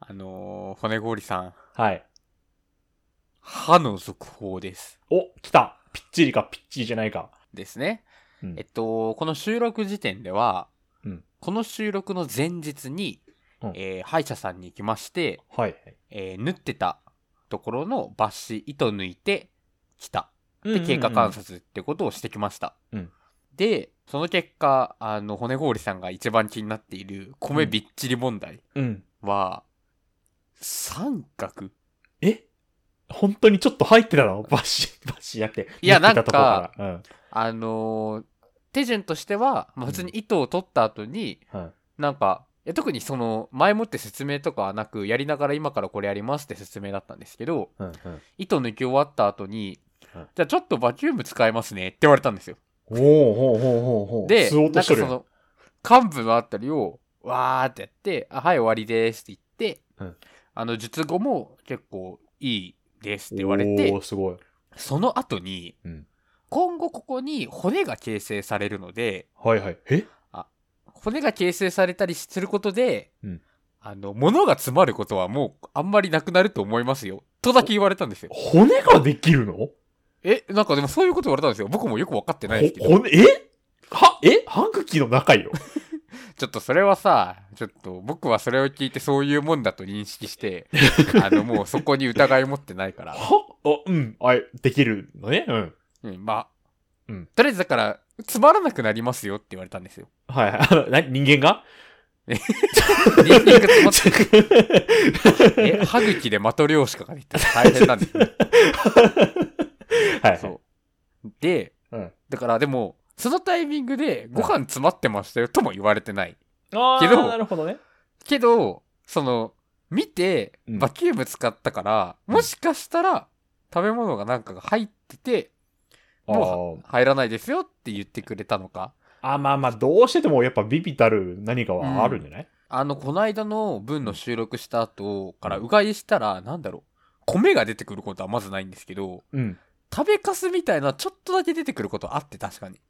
骨氷さん。 はい。 歯の続報です。 お、来た。ぴっちりかぴっちりじゃないか。 ですね。 うん、 この収録時点では、 うん、 この収録の前日に、歯医者さんに行きまして、 はい。 縫ってたところの抜歯、糸抜いてきた。で、経過観察ってことをしてきました。 うん、 で、その結果、骨氷さんが一番気になっている米びっちり問題は、三角。 え本当にちょっと入ってたのバシやって。 いや、なんか、 手順としては、普通に糸を取った後に、なんか、特にその、前もって説明とかはなく、やりながら今からこれやりますって説明だったんですけど、糸抜き終わった後に、じゃあちょっとバキューム使えますねって言われたんですよ。で、なんかその、幹部のあたりを、わーってやって、はい、終わりですって言って、術後も結構いいですって言われて、 すごい。 その後に、今後ここに骨が形成されるので、骨が形成されたりすることで、物が詰まることはもうあんまりなくなると思いますよ。とだけ言われたんですよ。 骨ができるの？ なんかでもそういうこと言われたんですよ。僕もよくわかってないですけど。 歯茎の中よ。 ちょっとそれはさ、ちょっと僕はそれを聞いてそういうもんだと認識して、もうそこに疑い持ってないから。 できるのね。 とりあえずだから、つまらなくなりますよって言われたんですよ。 はい。人間が人間が詰まってる。歯茎で的漁師かが言ったら大変なんですね。 はい。 そう。で、だからでも、そのタイミングでご飯詰まってましたよとも言われてない。 なるほどね。 けど、その、見て、バキューム使ったから、もしかしたら、食べ物がなんかが入ってて、もう入らないですよって言ってくれたのか。 どうしててもやっぱビビたる何かはあるんじゃない？ この間の分の収録した後からうがいしたら、なんだろう、米が出てくることはまずないんですけど、食べかすみたいなちょっとだけ出てくることあって確かに。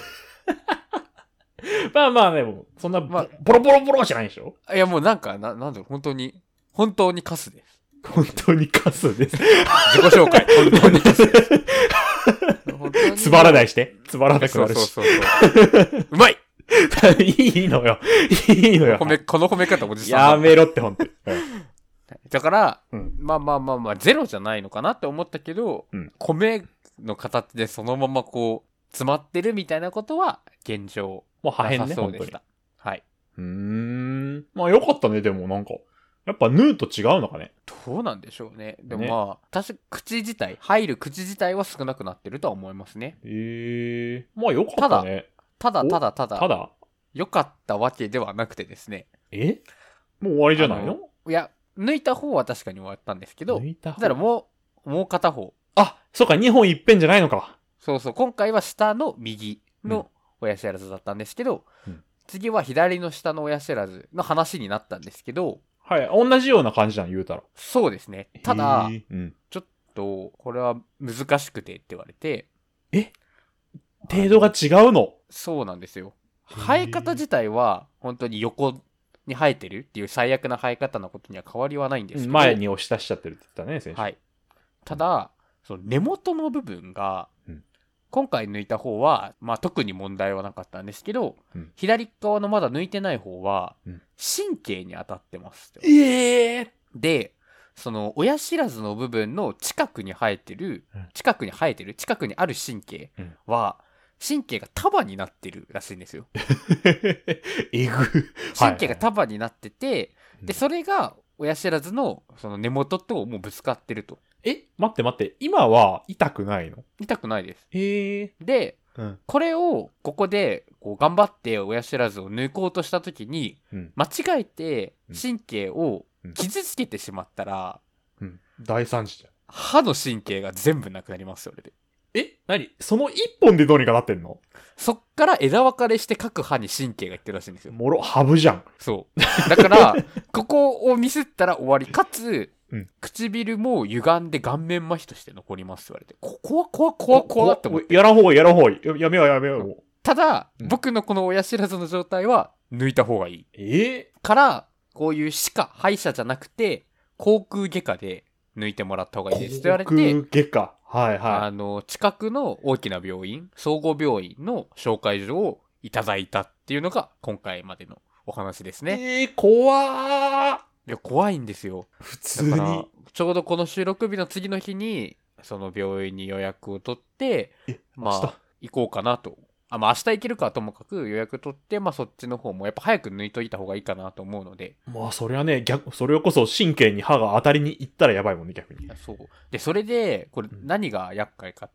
でも、そんな、ボロボロじゃないでしょ？ いやもうなんか、なんだろう、本当にカスです。 本当にカスです。 自己紹介、本当にカスです。 つまらないして。つまらなくなるし。 そう。うまいいいのよ。 この褒め方おじさん。 やめろって本当に。 だから、ゼロじゃないのかなって思ったけど、米の形でそのままこう、詰まってるみたいなことは、現状。 もう破片ね、 そうでした。はい。 よかったね、でもなんか。やっぱヌーと違うのかね。 どうなんでしょうね。でも確か口自体、入る口自体は少なくなってるとは思いますね。 よかったね。 ただ、良かったわけではなくてですね。 もう終わりじゃないの？ いや、抜いた方は確かに終わったんですけど、だからもう片方。 そうか、2本いっぺんじゃないのか。 そう、今回は下の右の親知らずだったんですけど、次は左の下の親知らずの話になったんですけど、 同じような感じなん言うたら。 そうですね。ただ、ちょっと、これは難しくてって言われて。 程度が違うの？ そうなんですよ。生え方自体は、本当に横に生えてるっていう最悪な生え方のことには変わりはないんですけど。 前に押し出しちゃってるって言ったね、先生。 はい。ただ、その根元の部分が、今回抜いた方は、特に問題はなかったんですけど、左側のまだ抜いてない方は、神経に当たってます。で、その親知らずの部分の近くにある神経は、神経が束になってるらしいんですよ。神経が束になってて、で、それが親知らずのその根元ともうぶつかってると。 待って。今は痛くないの？ 痛くないです。で、これをここでこう頑張って親知らずを抜こうとしたときに、間違えて神経を傷つけてしまったら、 大惨事じゃん。 歯の神経が全部なくなりますよ、それで。 何？その一本でどうにかなってんの？ そっから枝分かれして各歯に神経がいってるらしいんですよ。 ハブじゃん。 そう。だから、ここをミスったら終わり。かつ、唇も歪んで顔面麻痺として残りますって言われて。怖って思って。 やらんほうがいい。やめよう。 ただ、僕のこの親知らずの状態は抜いた方がいい。から、 こういう歯医者じゃなくて、口腔外科で抜いてもらった方がいいですって言われて、 口腔外科。はいはい。 近くの大きな病院、総合病院の紹介状をいただいたっていうのが今回までのお話ですね。 怖ー。 いや、怖いんですよ。 普通に。 だからちょうどこの収録日の次の日に、その病院に予約を取って、まあ、行こうかなと。まあ明日行けるかともかく予約取って、まあそっちの方もやっぱ早く抜いといた方がいいかなと思うので。 まあそれはね、それこそ神経に歯が当たりに行ったらやばいもんね、逆に。 そう。で、それで、これ何が厄介かって、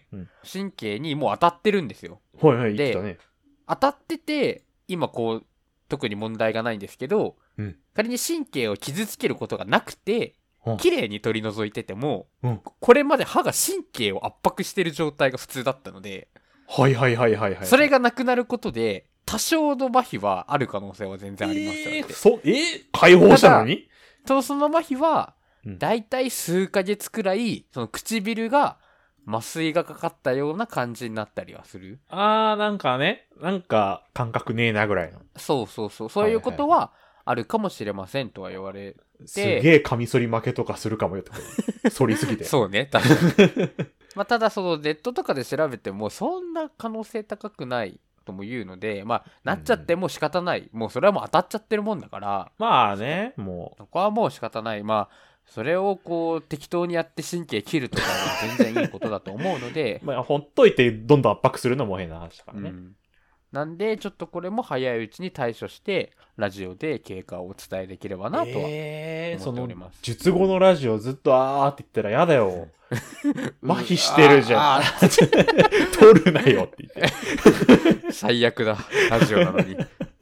神経にもう当たってるんですよ。 はいはい、言ってたね。 当たってて、今こう、特に問題がないんですけど、仮に神経を傷つけることがなくて、綺麗に取り除いてても、これまで歯が神経を圧迫してる状態が普通だったので、 はいはいはいはいはい。 それがなくなることで、多少の麻痺はある可能性は全然ありますので。解放したのにその麻痺は、だいたい数ヶ月くらい、その唇が麻酔がかかったような感じになったりはする。 なんかね、なんか感覚ねえなぐらいの。 そういうことはあるかもしれませんとは言われて。 すげえカミソリ負けとかするかもよとか。反りすぎて。 そうね、確かに。まあ、ただそのネットとかで調べてもそんな可能性高くないとも言うので、まあなっちゃっても仕方ない、もうそれはもう当たっちゃってるもんだから、 まあね、もうそこはもう仕方ない。まあそれをこう適当にやって神経切るとかは全然いいことだと思うのでまあほっといてどんどん圧迫するのも変な話だからね、 なんでちょっとこれも早いうちに対処してラジオで経過をお伝えできればなとは思っております。 術後のラジオずっとって言ったらやだよ麻痺してるじゃん取るなよって言って最悪だラジオなのに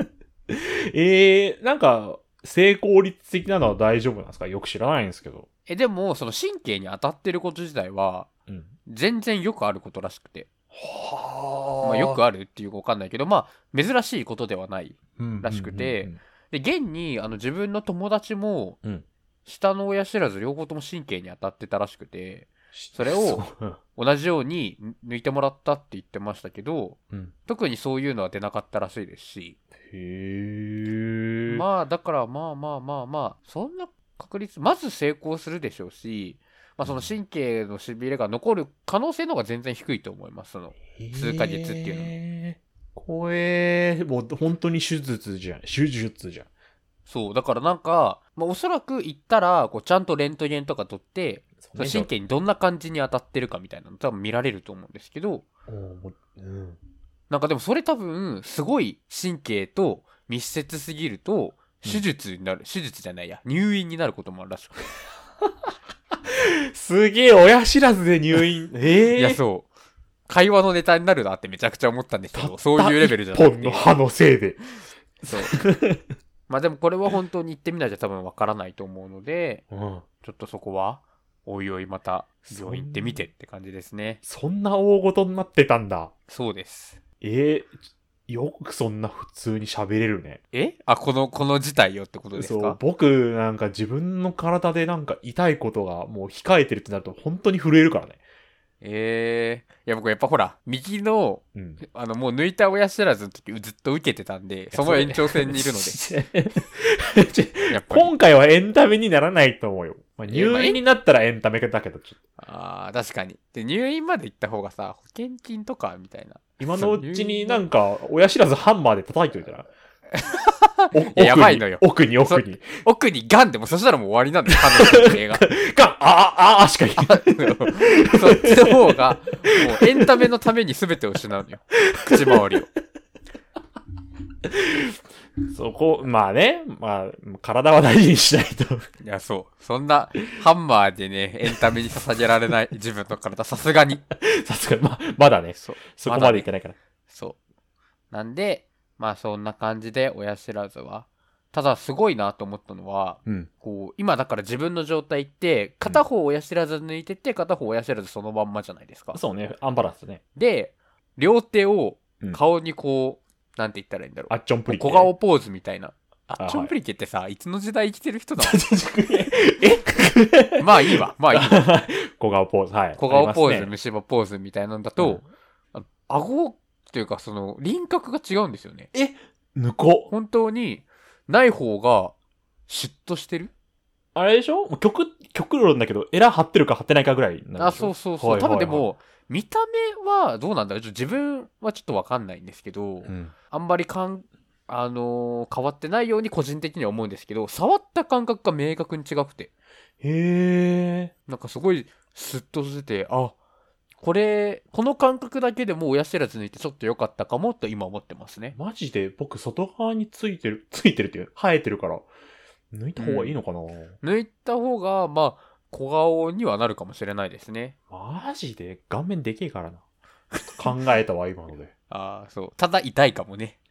なんか成功率的なのは大丈夫なんですか？よく知らないんですけど。 でもその神経に当たってること自体は全然よくあることらしくて、まあ、よくあるっていうか分かんないけど、まあ珍しいことではないらしくて、で現に自分の友達も、下の親知らず両方とも神経に当たってたらしくて、それを同じように抜いてもらったって言ってましたけど、特にそういうのは出なかったらしいですし、まあだからまあそんな確率まず成功するでしょうし、まあ、その神経のしびれが残る可能性の方が全然低いと思います。その数ヶ月っていうのもう本当に手術じゃん。 そうだからなんか、まあ、おそらく行ったらこうちゃんとレントゲンとか取って、神経にどんな感じに当たってるかみたいなの多分見られると思うんですけど、なんかでもそれ多分すごい神経と密接すぎると手術になる、手術じゃないや入院になることもあるらしくてすげえ親知らずで入院いやそう会話のネタになるなってめちゃくちゃ思ったんですけど、そういうレベルじゃなくて一本の歯のせいでそうまあでもこれは本当に行ってみないと多分わからないと思うので、ちょっとそこはおいおいまた病院行ってみてって感じですね。 そんな大事になってたんだ。 そうです。 よくそんな普通に喋れるね。 この事態よってことですか？ そう、僕なんか自分の体でなんか痛いことがもう控えてるってなると本当に震えるからね。 いや僕やっぱほら右の、もう抜いた親知らずの時ずっと受けてたんで、その延長線にいるのでやっぱ今回はエンタメにならないと思うよ。まあ、入院になったらエンタメだけどちょっと確かに。で入院まで行った方がさ保険金とかみたいな。 今のうちになんか親知らずハンマーで叩いといたらやばいのよ。 奥にガンでもそしたらもう終わりなんだよ。歯の神経がガンしか言えないそっちの方がもうエンタメのために全てを失うのよ。口周りをそこまあね、まあ体は大事にしないと。 いやそうそんなハンマーでねエンタメに捧げられない自分の体さすがにまだねそこまでいってないから、 そうなんでまあそんな感じで親知らずは。ただすごいなと思ったのは、こう今だから自分の状態って片方親知らず抜いてて片方親知らずそのまんまじゃないですか。 そうね、アンバランスね。 で両手を顔にこう、なんて言ったらいいんだろう。 アッチョンプリケ。 小顔ポーズみたいな。アッチョンプリケってさ、いつの時代生きてる人だまあいいわ。 小顔ポーズ。はい。 小顔ポーズ、虫歯ポーズみたいなんだと、顎っていうかその輪郭が違うんですよね。 抜こう。 本当にない方がシュッとしてる。 あれでしょ、もう極論だけど、エラ張ってるか張ってないかぐらいなんでしょ。 あ、そうそうそう。多分でも、見た目はどうなんだろう。自分はちょっとわかんないんですけど、あんまり変わってないように個人的には思うんですけど、触った感覚が明確に違くて。 へー。 なんかすごいスッとしてて、この感覚だけでもう親知らず抜いてちょっと良かったかもと今思ってますね。 マジで僕外側についてるっていう、生えてるから、抜いた方がいいのかな、 抜いた方が、まあ、小顔にはなるかもしれないですね。 マジで顔面でけえからな。考えたわ、今ので。 そう。ただ痛いかもね。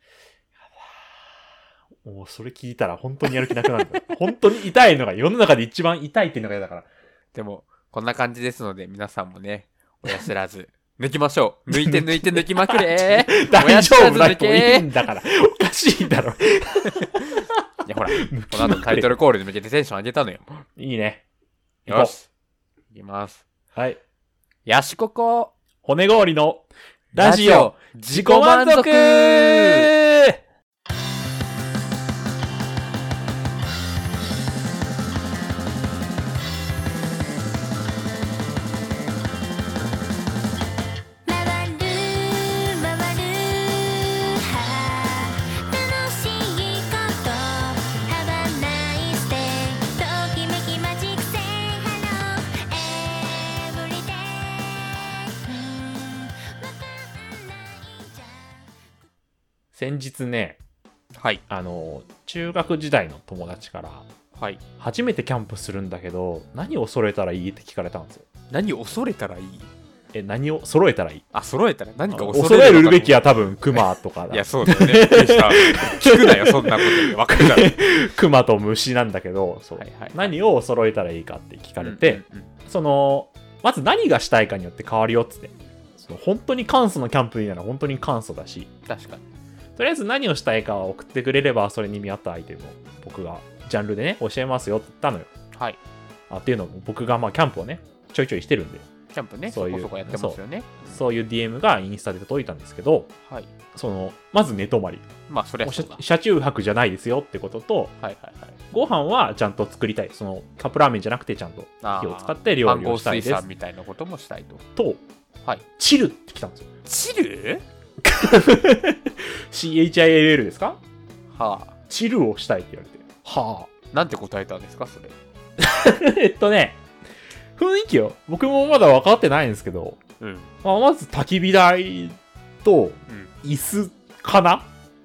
もうそれ聞いたら本当にやる気なくなるんだ。本当に痛いのが世の中で一番痛いっていうのが嫌だから。 でも、こんな感じですので、皆さんもね、親知らず、抜きましょう。抜いて抜きまくれー。 大丈夫だよ。いいんだから。おかしいだろ。 いや、ほら、この後タイトルコールに向けてテンション上げたのよ。 いいね。 よし。いきます。 はい。 ヤシココ骨氷のラジオ自己満足。先日ね、 はい。 中学時代の友達から、 はい。 初めてキャンプするんだけど、何を揃えたらいいって聞かれたんですよ。 何を恐れたらいい？ 何を揃えたらいい？ 揃えたら何か恐れるべきは多分クマとかだ。 いや、そうだよね。聞くなよ、そんなことで。わかるだろ。 クマと虫なんだけど、そう、 はいはい、 何を揃えたらいいかって聞かれて、まず何がしたいかによって変わるよっつって。本当に簡素のキャンプなら本当に簡素だし、 確かに。 とりあえず何をしたいかを送ってくれれば、それに見合ったアイテムを僕がジャンルでね、教えますよって言ったのよ。 はい。 っていうのも僕がキャンプをね、ちょいちょいしてるんで。 キャンプね、そこそこやってますよね。 そういう DM がインスタで届いたんですけど、 はい。 まず寝泊まり。 まあ、それは車中泊じゃないですよってことと、 はいはいはい。 ご飯はちゃんと作りたい。カップラーメンじゃなくてちゃんと火を使って料理をしたいです。 飯水産みたいなこともしたいと。 はい。チルって来たんですよ。 チル ?CHILL ですか？ はあ。 チルをしたいって言われて。はあ。 なんて答えたんですか、それ。 雰囲気よ。僕もまだ分かってないんですけど、まず焚き火台と椅子かな、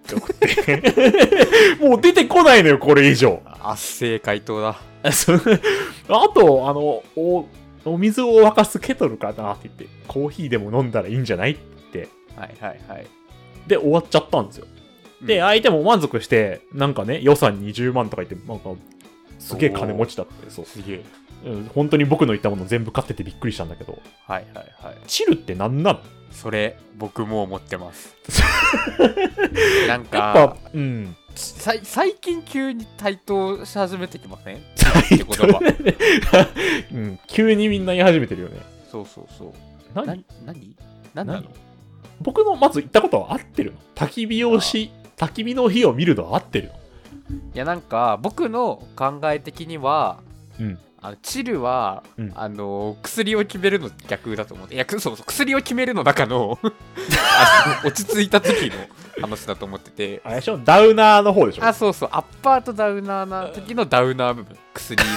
もう出てこないのよ、これ以上。 圧政回答だ。 あと、お水を沸かすケトルかなって言って、コーヒーでも飲んだらいいんじゃないって。 はいはいはい。 で、終わっちゃったんですよ。で、相手も満足して、なんかね、予算20万とか言って、なんか、すげえ金持ちだって、そう。 すげえ。 本当に僕の言ったもの全部買っててびっくりしたんだけど。 はいはいはい。 チルって何なの？ それ、僕も思ってます。なんか、 やっぱ、 最近急に台頭し始めてきません？って言葉。 急にみんな言い始めてるよね。 そうそうそう。 何なの？ 僕のまず言ったことは合ってるの？焚き火の火を見るのは合ってるの？ いやなんか僕の考え的には、チルは、薬を決めるの逆だと思って、いやそう薬を決めるの中の落ち着いた時の話だと思ってて、 あれでしょ、ダウナーの方でしょ。 そうそう、アッパーとダウナーな時のダウナー部分、薬の、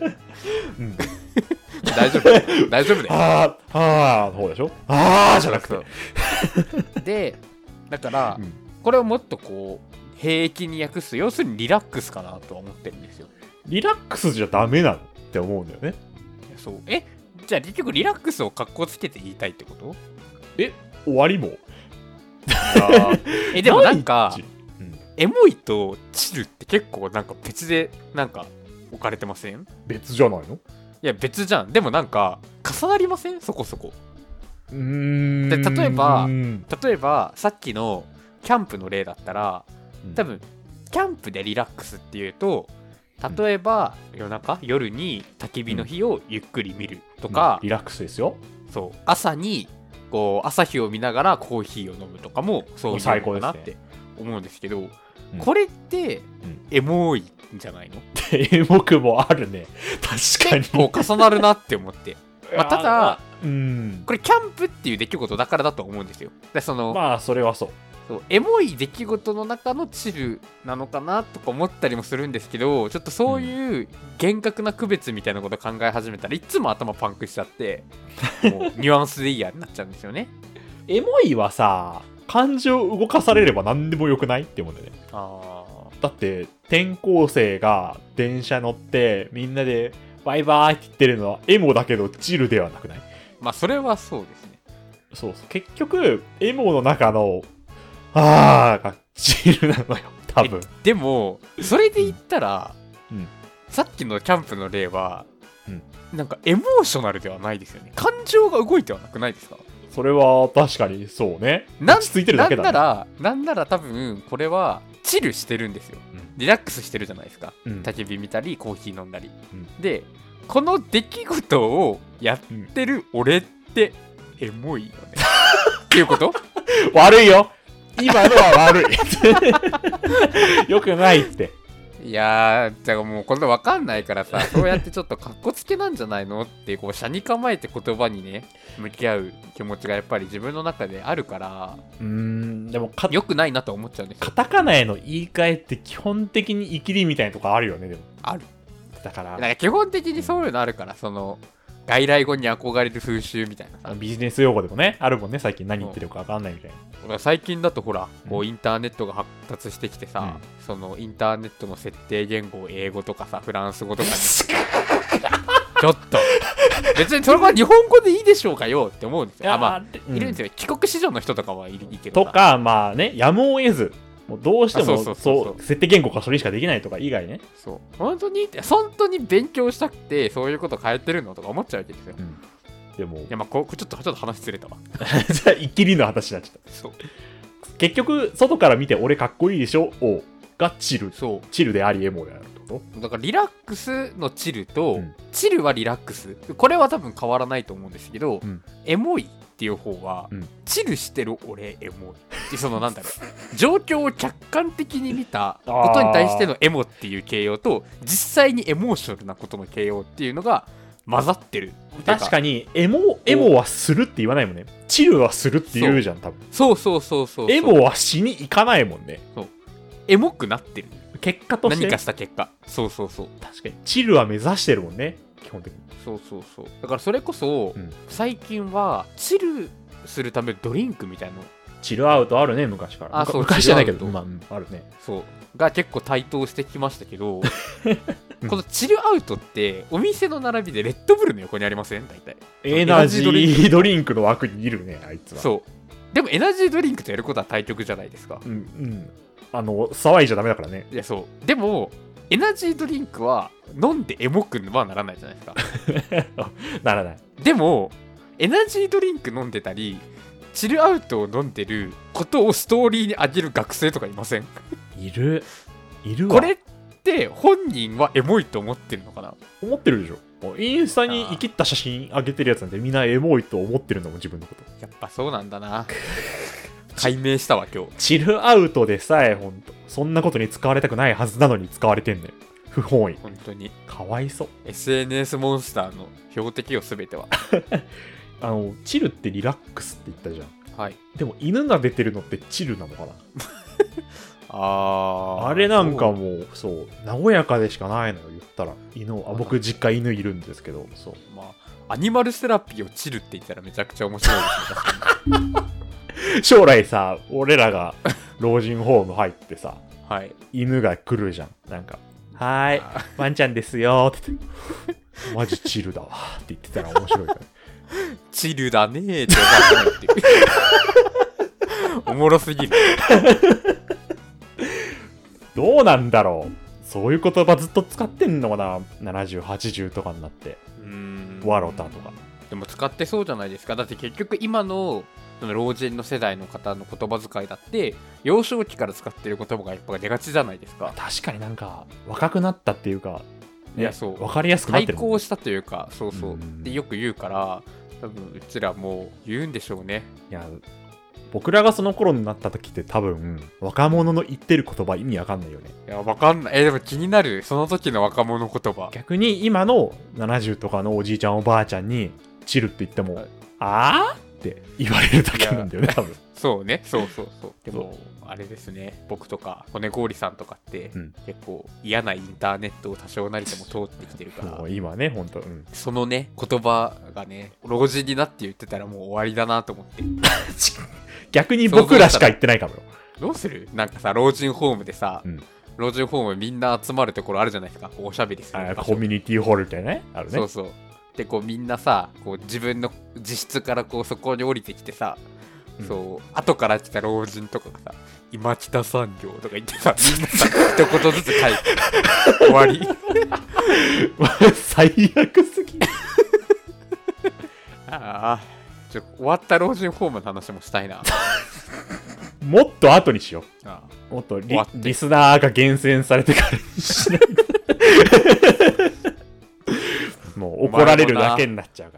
大丈夫だよ。 の方でしょ。じゃなくてで、だから、これをもっとこう平気に訳す、要するにリラックスかなとは思ってるんですよ。 リラックスじゃダメなのって思うんだよね。 そう。じゃあ結局リラックスを格好つけて言いたいってこと？ 終わりもでもなんか、エモいとチルって結構なんか別でなんか置かれてません？ 別じゃないの？ いや別じゃん。でもなんか重なりません？そこそこ。で例えばさっきのキャンプの例だったら、多分キャンプでリラックスっていうと、例えば夜に焚き火の火をゆっくり見るとか、 リラックスですよ。 そう、朝にこう朝日を見ながらコーヒーを飲むとかもそういうのかなって思うんですけど、 うん、 これってエモいんじゃないの？ エモくもあるね。確かに。 結構重なるなって思って。まあ、ただ、これキャンプっていう出来事だからだと思うんですよ。でまあそれはそう。 エモい出来事の中のチルなのかなとか思ったりもするんですけど、ちょっとそういう厳格な区別みたいなことを考え始めたらいつも頭パンクしちゃって、もうニュアンスでいいやになっちゃうんですよね。 エモいはさ、感情動かされれば何でもよくないって思うんだよね。だって転校生が電車乗ってみんなでバイバイって言ってるのはエモだけどチルではなくない？ まあそれはそうですね。 そう結局エモの中のがチルなのよ多分。 でもそれで言ったら、さっきのキャンプの例は、なんかエモーショナルではないですよね。感情が動いてはなくないですか？ それは確かにそうね。落ち着いてるだけだね。 なんなら多分これはチルしてるんですよ。リラックスしてるじゃないですか。焚き火見たりコーヒー飲んだり。で、この出来事をやってる俺ってエモいよね。っていうこと？ 悪いよ。今のは悪い。よくないって。 いやー、じゃあもうこれ分かんないからさ、そうやってちょっとかっこつけなんじゃないのってこう車に構えて言葉にね向き合う気持ちがやっぱり自分の中であるから、 でも良くないなと思っちゃうんですよ。 カタカナへの言い換えって基本的にイキリみたいなとこあるよね。でもある。 だからなんか基本的にそういうのあるから、その外来語に憧れる風習みたいなさ、 ビジネス用語でもねあるもんね。最近何言ってるか分かんないみたいな。 最近だとほら、こうインターネットが発達してきてさ、そのインターネットの設定言語を英語とかさ、フランス語とかにちょっと別にそれは日本語でいいでしょうかよって思うんですよ。いるんですよ。帰国子女の人とかはいいけどとか、まあね、やむを得ずもうどうしてもそう設定言語かそれしかできないとか以外ね。 そう本当に勉強したくてそういうこと変えてるのとか思っちゃうわけですよ。 でもいや、まあちょっと話ずれたわ。 じゃあイキリの話になっちゃった。そう結局外から見て俺かっこいいでしょがチル。チルでありエモであるってこと？ だからリラックスのチルと、チルはリラックス、これは多分変わらないと思うんですけど、エモいっていう方は、チルしてる俺エモい、そのなんだろう状況を客観的に見たことに対してのエモっていう形容と、実際にエモーショナルなことの形容っていうのが混ざってる。 確かにエモはするって言わないもんね。チルはするって言うじゃん多分。 そうエモはしに行かないもんね。 そうエモくなってる結果として、 何かした結果。そう確かにチルは目指してるもんね基本的に。 そうだからそれこそ、最近はチルするためのドリンクみたいなの、 チルアウトあるね昔から。昔じゃないけど、あるね。 そうが結構台頭してきましたけどこのチルアウトってお店の並びでレッドブルの横にありません？大体エナジードリンクの枠にいるねあいつは。 そうでもエナジードリンクとやることは対極じゃないですか。 騒いじゃダメだからね。 いやそうでもエナジードリンクは飲んでエモくはならないじゃないですか。 ならない。 でもエナジードリンク飲んでたりチルアウトを飲んでることをストーリーに上げる学生とかいません？ いるわ。 これって本人はエモいと思ってるのかな？ 思ってるでしょ。インスタに生きった写真上げてるやつなんてみんなエモいと思ってるのも自分のこと。 やっぱそうなんだな。解明したわ今日。 チルアウトでさえほんとそんなことに使われたくないはずなのに使われてんねん。不本意。 本当にかわいそう。 SNS モンスターの標的を全てはチルってリラックスって言ったじゃん。 はい。 でも犬が出てるのってチルなのかな？ あれなんかもうそう和やかでしかないのよ言ったら。僕実家犬いるんですけど、そうアニマルセラピーをチルって言ったらめちゃくちゃ面白いですね。 将来さ俺らが老人ホーム入ってさ、 はい、 犬が来るじゃん。なんかはーいワンちゃんですよって言ってマジチルだわって言ってたら面白いからチルだねーって思ってるおもろすぎる。 どうなんだろう。そういう言葉ずっと使ってんのかな。70、80とかになって。ワロタとか。 でも使ってそうじゃないですか。だって結局今のその老人の世代の方の言葉遣いだって幼少期から使ってる言葉がやっぱ出がちじゃないですか。 確かになんか若くなったっていうか、 ね、いやそう分かりやすくなってる、 対抗したというか、でよく言うから多分うちらもう言うんでしょうね。 いや僕らがその頃になった時って多分若者の言ってる言葉意味わかんないよね。 いやわかんない。でも気になる、その時の若者言葉。 逆に今の70とかのおじいちゃんおばあちゃんにチルって言っても、はい、あーって言われるだけなんだよね多分。 そうね、そう。でもあれですね、僕とか骨氷さんとかって、結構嫌なインターネットを多少なりとも通ってきてるから、 今ねほんと、 そのね言葉がね老人になって言ってたらもう終わりだなと思って逆に僕らしか言ってないかもよ。 どうする？なんかさ、老人ホームでさ、老人ホームみんな集まるところあるじゃないですか、おしゃべりするコミュニティホールってねあるね。 そうでこうみんなさ、こう自分の自室からこうそこに降りてきてさ、そう後から来た老人とかがさ、今北産業とか言ってさ、みんなさ一言ずつ書いて終わり最悪すぎああ、終わった老人ホームの話もしたいなもっと後にしよう。もっと リスナーが厳選されてからにしないもう怒られるだけになっちゃうから。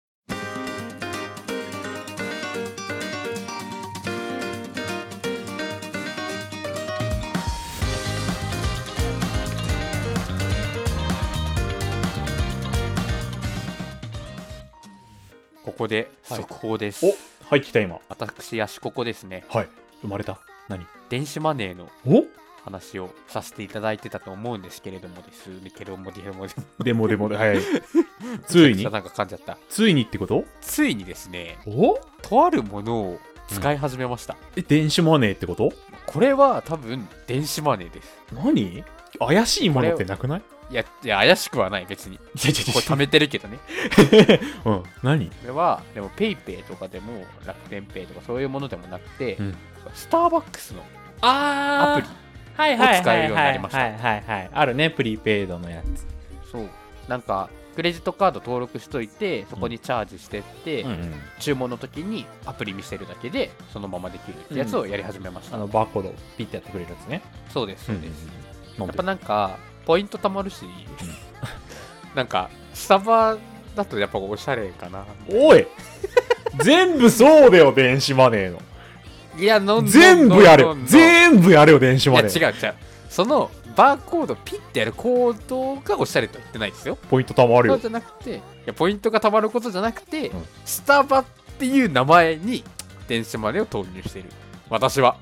ここで速報です。 はい、来た今。 私、ヤシココですね。 はい、生まれた。何？ 電子マネーの話をさせていただいてたと思うんですけれどもですね。 でも、はい。ついになんか噛んじゃった。 ついにってこと？ ついにですね、とあるものを使い始めました。 電子マネーってこと？これは多分電子マネーです。 何？怪しいものってなくない？ いや怪しくはない、別に。これ貯めてるけどね何？ これはでもペイペイとかでも楽天ペイとかそういうものでもなくて、スターバックスのアプリを使えるようになりました。 あるね、プリペイドのやつ。そう、なんかクレジットカード登録しといて、そこにチャージしてって、注文の時にアプリ見せるだけでそのままできるってやつをやり始めました。 バーコードピッてやってくれるやつね。 そうです。やっぱなんかポイント貯まるし、なんかスタバだとやっぱおしゃれかな。 おい全部そうだよ、電子マネーの。 いや、 全部やれよ、全部やれよ、電子マネー。 いや、違う。そのバーコードピッてやるコードがおしゃれとは言ってないですよ。 ポイント貯まるよ。 そうじゃなくて、いやポイントが貯まることじゃなくて、スタバっていう名前に電子マネーを投入している。私は。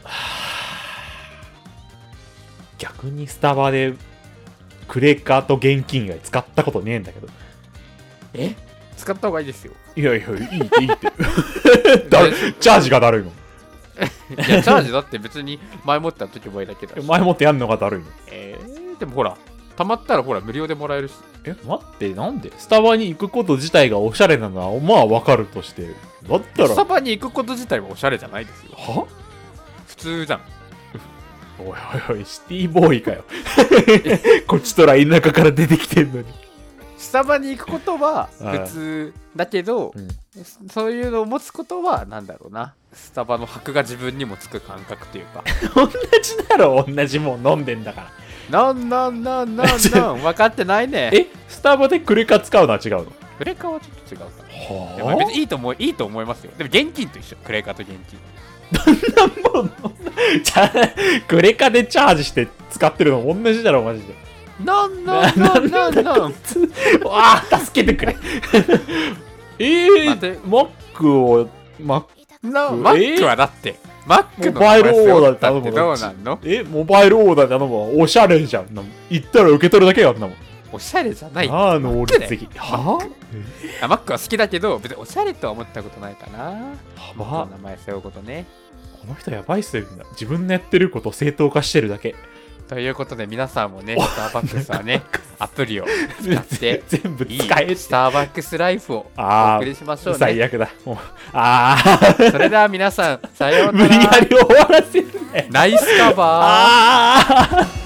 逆にスタバでクレカと現金以外使ったことねえんだけど。 使った方がいいですよ。 いやいいってチャージがだるいもん。 いやチャージだって別に前もってやっとけばいいだけだし。 前もってやんのがだるいの。 でもほら、たまったらほら無料でもらえるし。 待って、なんでスタバに行くこと自体がおしゃれなのはまあわかるとして、だったらスタバに行くこと自体はおしゃれじゃないですよ。 は？ 普通じゃん。 おいシティボーイかよこっちとら田舎から出てきてんのに。 スタバに行くことは普通だけど、そういうのを持つことはなんだろうな、スタバの箔が自分にもつく感覚というか。 同じだろ、同じもん飲んでんだから。 分かってないね。 スタバでクレカ使うのは違うの？ クレカはちょっと違うから。でも別にいいと思いますよ。でも現金と一緒、クレカと現金。 どんなもんクレカでチャージして使ってるの同じだろマジで。 なんわあ助けてくれマックはだってマックのモバイルオーダー頼むどうなんの？ モバイルオーダー頼むわ。おしゃれじゃん。行ったら受け取るだけよ、あんなもん。 おしゃれじゃない。 能率的。 マックは好きだけど別におしゃれとは思ったことないかな。名前背負うことね。 この人やばいっすよ。自分のやってることを正当化してるだけ。 ということで皆さんもね、スターバックスはね、アプリを使って全部使えるスターバックスライフをお送りしましょうね。 最悪だ。もうそれでは皆さん、さようなら。 無理やり終わらせるね。 ナイスカバー。